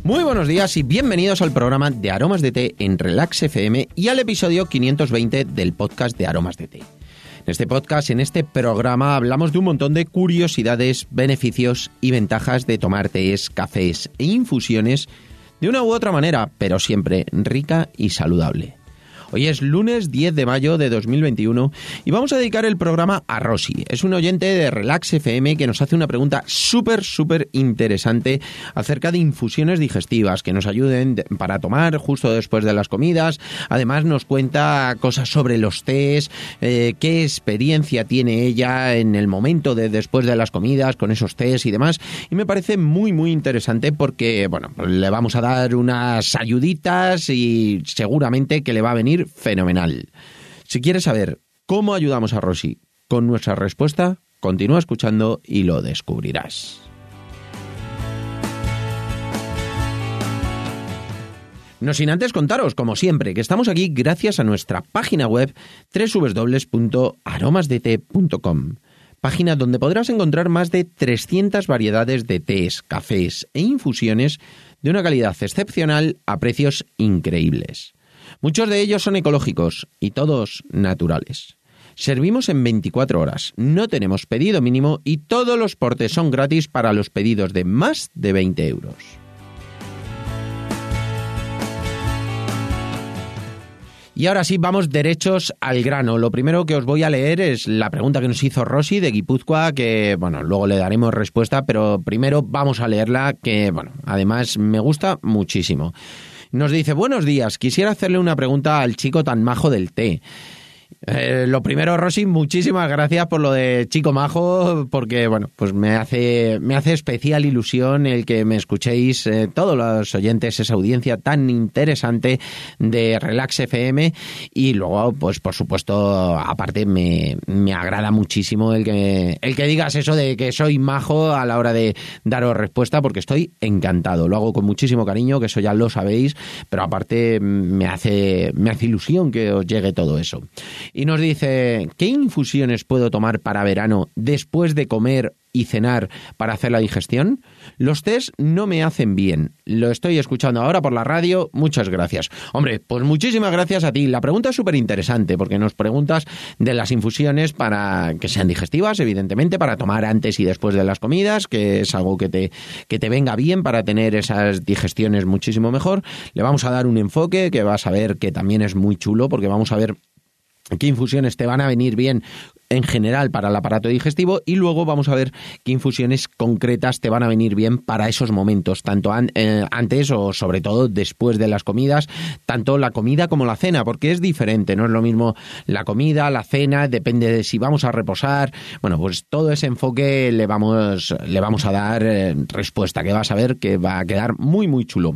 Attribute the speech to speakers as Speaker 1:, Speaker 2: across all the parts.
Speaker 1: Muy buenos días y bienvenidos al programa de Aromas de Té en Relax FM y al episodio 520 del podcast de Aromas de Té. En este podcast, en este programa, hablamos de un montón de curiosidades, beneficios y ventajas de tomar tés, cafés e infusiones de una u otra manera, pero siempre rica y saludable. Hoy es lunes 10 de mayo de 2021 y vamos a dedicar el programa a Rosy. Es un oyente de Relax FM que nos hace una pregunta súper interesante acerca de infusiones digestivas que nos ayuden para tomar justo después de las comidas. Además nos cuenta cosas sobre los tés, qué experiencia tiene ella en el momento de después de las comidas con esos tés y demás. Y me parece muy interesante porque, bueno, le vamos a dar unas ayuditas y seguramente que le va a venir fenomenal. Si quieres saber cómo ayudamos a Rosy con nuestra respuesta, continúa escuchando y lo descubrirás. No sin antes contaros, como siempre, que estamos aquí gracias a nuestra página web www.aromasdete.com, página donde podrás encontrar más de 300 variedades de tés, cafés e infusiones de una calidad excepcional a precios increíbles. Muchos de ellos son ecológicos y todos naturales. Servimos en 24 horas, no tenemos pedido mínimo y todos los portes son gratis para los pedidos de más de 20 euros. Y ahora sí, vamos derechos al grano. Lo primero que os voy a leer es la pregunta que nos hizo Rosy de Guipúzcoa, que, bueno, luego le daremos respuesta, pero primero vamos a leerla, que, bueno, además me gusta muchísimo. Nos dice: buenos días, quisiera hacerle una pregunta al chico tan majo del té. Lo primero, Rosy, muchísimas gracias por lo de chico majo, porque, bueno, pues me hace especial ilusión el que me escuchéis todos los oyentes, esa audiencia tan interesante de Relax FM. Y luego, pues por supuesto, aparte me agrada muchísimo el que digas eso de que soy majo a la hora de daros respuesta, porque estoy encantado. Lo hago con muchísimo cariño, que eso ya lo sabéis, pero aparte me hace ilusión que os llegue todo eso. Y nos dice: ¿qué infusiones puedo tomar para verano después de comer y cenar para hacer la digestión? Los tés no me hacen bien. Lo estoy escuchando ahora por la radio. Muchas gracias. Hombre, pues muchísimas gracias a ti. La pregunta es súper interesante porque nos preguntas de las infusiones para que sean digestivas, evidentemente, para tomar antes y después de las comidas, que es algo que te venga bien para tener esas digestiones muchísimo mejor. Le vamos a dar un enfoque que vas a ver que también es muy chulo, porque vamos a ver qué infusiones te van a venir bien en general para el aparato digestivo, y luego vamos a ver qué infusiones concretas te van a venir bien para esos momentos, tanto antes o sobre todo después de las comidas, tanto la comida como la cena, porque es diferente, no es lo mismo la comida, la cena, depende de si vamos a reposar. Bueno, pues todo ese enfoque le vamos a dar respuesta, que vas a ver que va a quedar muy chulo.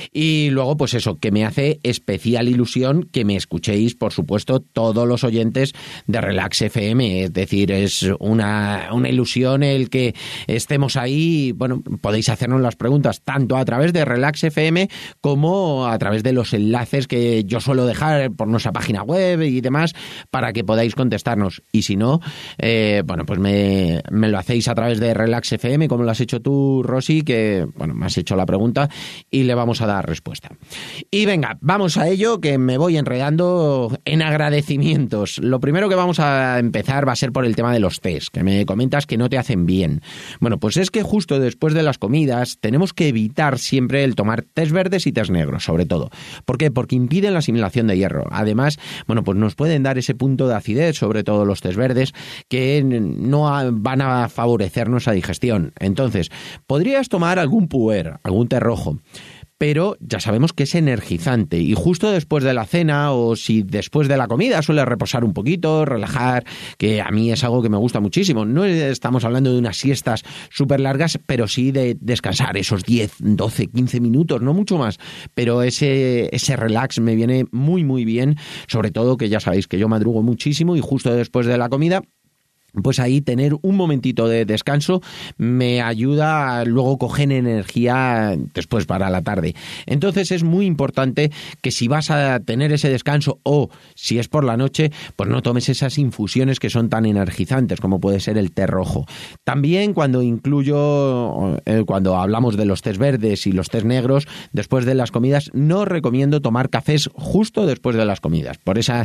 Speaker 1: Y luego, pues eso, que me hace especial ilusión que me escuchéis, por supuesto, todos los oyentes de Relax FM. Es decir, es una ilusión el que estemos ahí. Bueno, podéis hacernos las preguntas tanto a través de Relax FM como a través de los enlaces que yo suelo dejar por nuestra página web y demás para que podáis contestarnos. Y si no, bueno, pues me lo hacéis a través de Relax FM, como lo has hecho tú, Rosy, que, bueno, me has hecho la pregunta y le vamos a dar respuesta. Y venga, vamos a ello, que me voy enredando en agradecimientos. Lo primero que vamos a empezar va a ser por el tema de los tés, que me comentas que no te hacen bien. Bueno, pues es que justo después de las comidas tenemos que evitar siempre el tomar tés verdes y tés negros, sobre todo. ¿Por qué? Porque impiden la asimilación de hierro. Además, bueno, pues nos pueden dar ese punto de acidez, sobre todo los tés verdes, que no van a favorecer nuestra digestión. Entonces, podrías tomar algún puer, algún té rojo, pero ya sabemos que es energizante, y justo después de la cena o si después de la comida suele reposar un poquito, relajar, que a mí es algo que me gusta muchísimo. No estamos hablando de unas siestas súper largas, pero sí de descansar esos 10, 12, 15 minutos, no mucho más, pero ese relax me viene muy bien, sobre todo que ya sabéis que yo madrugo muchísimo y justo después de la comida pues ahí tener un momentito de descanso me ayuda a luego coger energía después para la tarde. Entonces es muy importante que si vas a tener ese descanso o si es por la noche, pues no tomes esas infusiones que son tan energizantes como puede ser el té rojo. También cuando hablamos de los tés verdes y los tés negros, después de las comidas, no recomiendo tomar cafés justo después de las comidas, por esa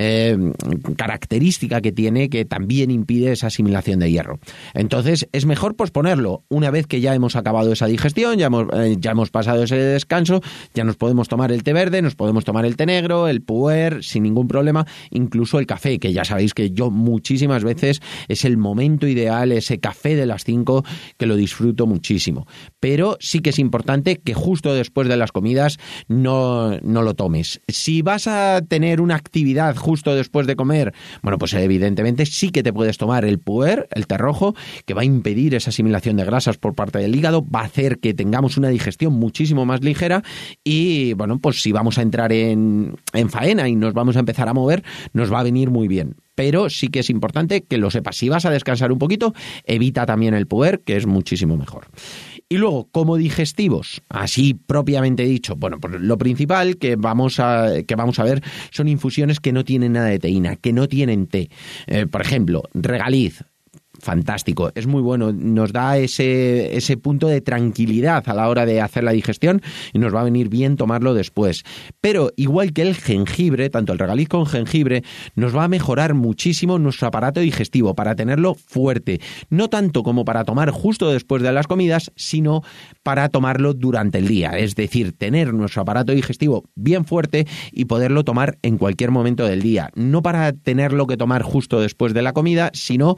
Speaker 1: característica que tiene, que también impide esa asimilación de hierro. Entonces es mejor posponerlo. Una vez que ya hemos acabado esa digestión, ya hemos pasado ese descanso, ya nos podemos tomar el té verde, nos podemos tomar el té negro, el puer, sin ningún problema, incluso el café, que ya sabéis que yo muchísimas veces es el momento ideal, ese café de las 5, que lo disfruto muchísimo. Pero sí que es importante que justo después de las comidas no lo tomes. Si vas a tener una actividad justo después de comer, bueno, pues evidentemente sí que te puedes tomar el puer, el té rojo, que va a impedir esa asimilación de grasas por parte del hígado, va a hacer que tengamos una digestión muchísimo más ligera y, bueno, pues si vamos a entrar en faena y nos vamos a empezar a mover, nos va a venir muy bien. Pero sí que es importante que lo sepas. Si vas a descansar un poquito, evita también el puer, que es muchísimo mejor. Y luego, como digestivos, así propiamente dicho, bueno, pues lo principal que vamos a ver son infusiones que no tienen nada de teína, que no tienen té. Por ejemplo, regaliz. Fantástico, es muy bueno, nos da ese punto de tranquilidad a la hora de hacer la digestión y nos va a venir bien tomarlo después. Pero igual que el jengibre, tanto el regaliz con jengibre, nos va a mejorar muchísimo nuestro aparato digestivo para tenerlo fuerte, no tanto como para tomar justo después de las comidas, sino para tomarlo durante el día, es decir, tener nuestro aparato digestivo bien fuerte y poderlo tomar en cualquier momento del día, no para tenerlo que tomar justo después de la comida, sino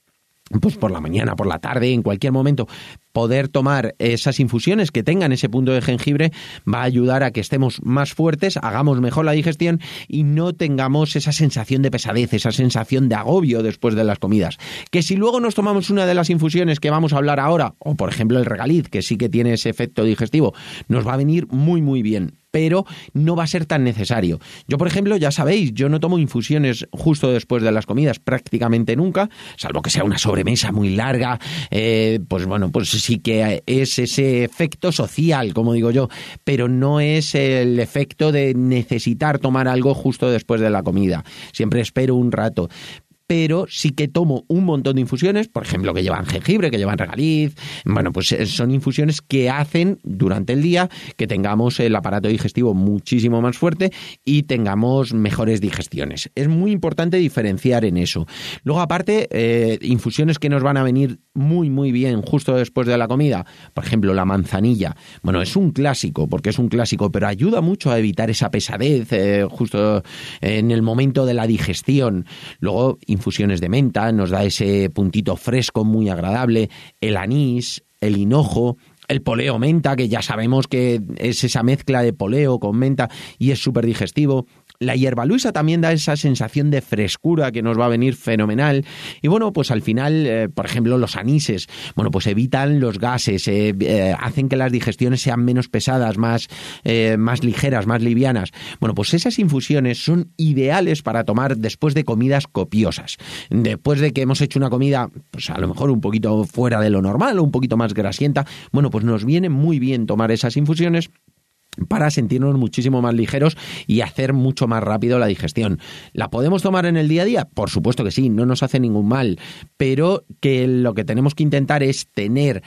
Speaker 1: pues por la mañana, por la tarde, en cualquier momento. Poder tomar esas infusiones que tengan ese punto de jengibre va a ayudar a que estemos más fuertes, hagamos mejor la digestión y no tengamos esa sensación de pesadez, esa sensación de agobio después de las comidas. Que si luego nos tomamos una de las infusiones que vamos a hablar ahora, o por ejemplo el regaliz, que sí que tiene ese efecto digestivo, nos va a venir muy muy bien, pero no va a ser tan necesario. Yo, por ejemplo, ya sabéis, yo no tomo infusiones justo después de las comidas prácticamente nunca, salvo que sea una sobremesa muy larga, pues bueno, pues sí que es ese efecto social, como digo yo, pero no es el efecto de necesitar tomar algo justo después de la comida. Siempre espero un rato. Pero sí que tomo un montón de infusiones, por ejemplo, que llevan jengibre, que llevan regaliz. Bueno, pues son infusiones que hacen durante el día que tengamos el aparato digestivo muchísimo más fuerte y tengamos mejores digestiones. Es muy importante diferenciar en eso. Luego, aparte, infusiones que nos van a venir muy, muy bien justo después de la comida. Por ejemplo, la manzanilla. Bueno, es un clásico, porque es un clásico, pero ayuda mucho a evitar esa pesadez justo en el momento de la digestión. Luego, infusiones de menta, nos da ese puntito fresco muy agradable, el anís, el hinojo, el poleo menta, que ya sabemos que es esa mezcla de poleo con menta y es súper digestivo. La hierbaluisa también da esa sensación de frescura que nos va a venir fenomenal. Y bueno, pues al final, por ejemplo, los anises, bueno, pues evitan los gases, hacen que las digestiones sean menos pesadas, más ligeras, más livianas. Bueno, pues esas infusiones son ideales para tomar después de comidas copiosas. Después de que hemos hecho una comida, pues a lo mejor un poquito fuera de lo normal o un poquito más grasienta, bueno, pues nos viene muy bien tomar esas infusiones para sentirnos muchísimo más ligeros y hacer mucho más rápido la digestión. ¿La podemos tomar en el día a día? Por supuesto que sí, no nos hace ningún mal, pero que lo que tenemos que intentar es tener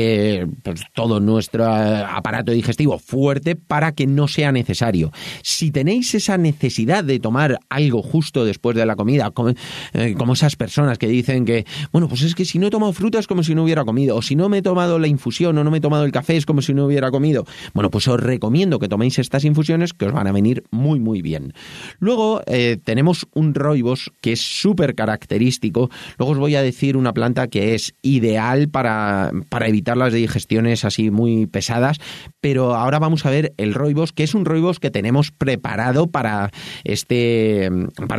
Speaker 1: pues todo nuestro aparato digestivo fuerte para que no sea necesario. Si tenéis esa necesidad de tomar algo justo después de la comida, como esas personas que dicen que, bueno, pues es que si no he tomado fruta es como si no hubiera comido, o si no me he tomado la infusión o no me he tomado el café es como si no hubiera comido. Bueno, pues os recomiendo que toméis estas infusiones que os van a venir muy muy bien. Luego tenemos un rooibos que es súper característico. Luego os voy a decir una planta que es ideal para evitar las digestiones así muy pesadas, pero ahora vamos a ver el rooibos, que es un rooibos que tenemos preparado para este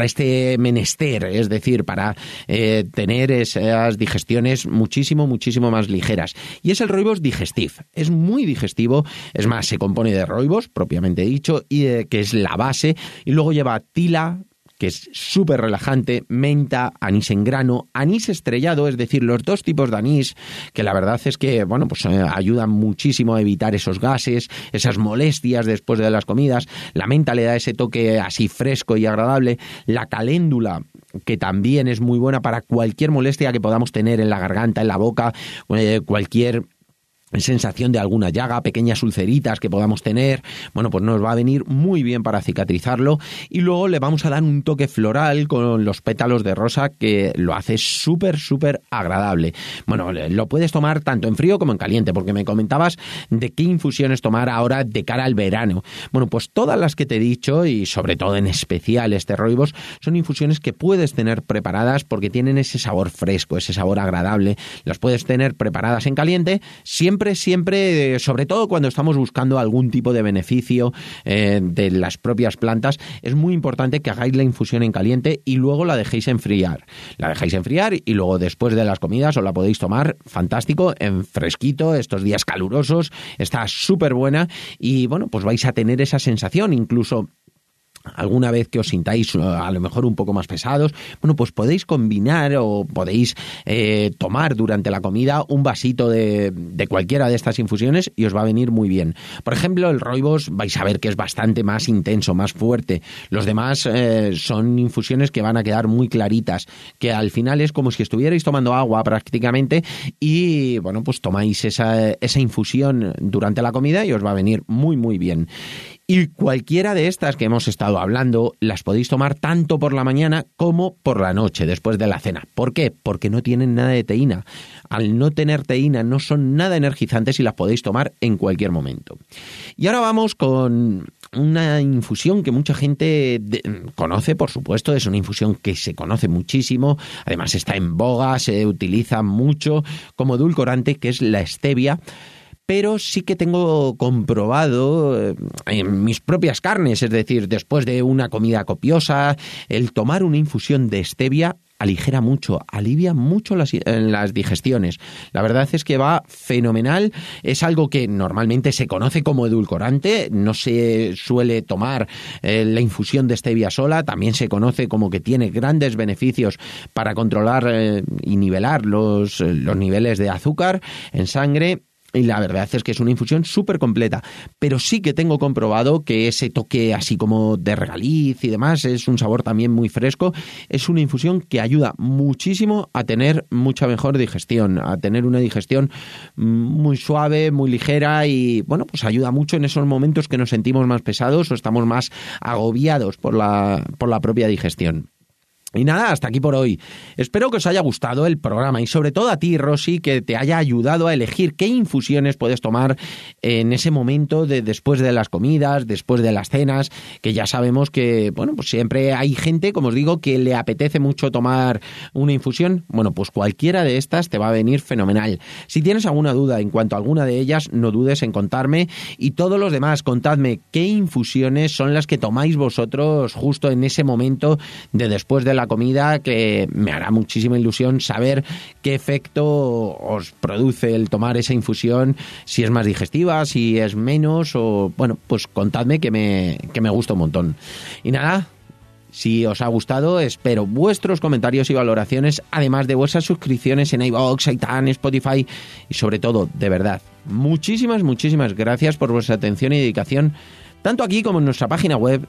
Speaker 1: menester, es decir, para tener esas digestiones muchísimo más ligeras. Y es el rooibos digestif. Es muy digestivo, es más, se compone de rooibos, propiamente dicho, y que es la base, y luego lleva tila, que es súper relajante, menta, anís en grano, anís estrellado, es decir, los dos tipos de anís, que la verdad es que, bueno, pues ayudan muchísimo a evitar esos gases, esas molestias después de las comidas. La menta le da ese toque así fresco y agradable. La caléndula, que también es muy buena para cualquier molestia que podamos tener en la garganta, en la boca, cualquier sensación de alguna llaga, pequeñas ulceritas que podamos tener, bueno, pues nos va a venir muy bien para cicatrizarlo. Y luego le vamos a dar un toque floral con los pétalos de rosa que lo hace súper, súper agradable. Bueno, lo puedes tomar tanto en frío como en caliente, porque me comentabas de qué infusiones tomar ahora de cara al verano. Bueno, pues todas las que te he dicho, y sobre todo en especial este rooibos, son infusiones que puedes tener preparadas porque tienen ese sabor fresco, ese sabor agradable. Las puedes tener preparadas en caliente, siempre, sobre todo cuando estamos buscando algún tipo de beneficio de las propias plantas, es muy importante que hagáis la infusión en caliente y luego la dejéis enfriar. La dejáis enfriar y luego después de las comidas os la podéis tomar fantástico, en fresquito, estos días calurosos, está súper buena y bueno, pues vais a tener esa sensación, incluso alguna vez que os sintáis a lo mejor un poco más pesados, bueno, pues podéis combinar o podéis tomar durante la comida un vasito de cualquiera de estas infusiones y os va a venir muy bien. Por ejemplo, el rooibos vais a ver que es bastante más intenso, más fuerte. Los demás son infusiones que van a quedar muy claritas, que al final es como si estuvierais tomando agua prácticamente y, bueno, pues tomáis esa infusión durante la comida y os va a venir muy, muy bien. Y cualquiera de estas que hemos estado hablando las podéis tomar tanto por la mañana como por la noche, después de la cena. ¿Por qué? Porque no tienen nada de teína. Al no tener teína no son nada energizantes y las podéis tomar en cualquier momento. Y ahora vamos con una infusión que mucha gente conoce, por supuesto. Es una infusión que se conoce muchísimo. Además está en boga, se utiliza mucho como edulcorante, que es la stevia. Pero sí que tengo comprobado en mis propias carnes, es decir, después de una comida copiosa, el tomar una infusión de stevia aligera mucho, alivia mucho las digestiones. La verdad es que va fenomenal. Es algo que normalmente se conoce como edulcorante, no se suele tomar la infusión de stevia sola, también se conoce como que tiene grandes beneficios para controlar y nivelar los niveles de azúcar en sangre. Y la verdad es que es una infusión súper completa, pero sí que tengo comprobado que ese toque así como de regaliz y demás, es un sabor también muy fresco, es una infusión que ayuda muchísimo a tener mucha mejor digestión, a tener una digestión muy suave, muy ligera y bueno, pues ayuda mucho en esos momentos que nos sentimos más pesados o estamos más agobiados por la propia digestión. Y nada, hasta aquí por hoy. Espero que os haya gustado el programa y sobre todo a ti, Rosy, que te haya ayudado a elegir qué infusiones puedes tomar en ese momento de después de las comidas, después de las cenas, que ya sabemos que, bueno, pues siempre hay gente, como os digo, que le apetece mucho tomar una infusión. Bueno, pues cualquiera de estas te va a venir fenomenal. Si tienes alguna duda en cuanto a alguna de ellas, no dudes en contarme y todos los demás, contadme qué infusiones son las que tomáis vosotros justo en ese momento de después de la comida, que me hará muchísima ilusión saber qué efecto os produce el tomar esa infusión, si es más digestiva, si es menos, o bueno, pues contadme que me gusta un montón. Y nada, si os ha gustado, espero vuestros comentarios y valoraciones, además de vuestras suscripciones en iVoox, iTunes, Spotify y sobre todo, de verdad, muchísimas gracias por vuestra atención y dedicación, tanto aquí como en nuestra página web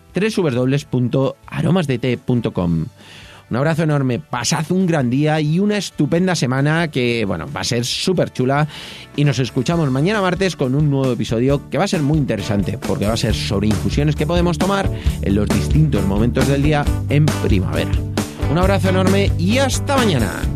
Speaker 1: www.aromasdete.com. Un abrazo enorme, pasad un gran día y una estupenda semana que, bueno, va a ser súper chula y nos escuchamos mañana martes con un nuevo episodio que va a ser muy interesante porque va a ser sobre infusiones que podemos tomar en los distintos momentos del día en primavera. Un abrazo enorme y hasta mañana.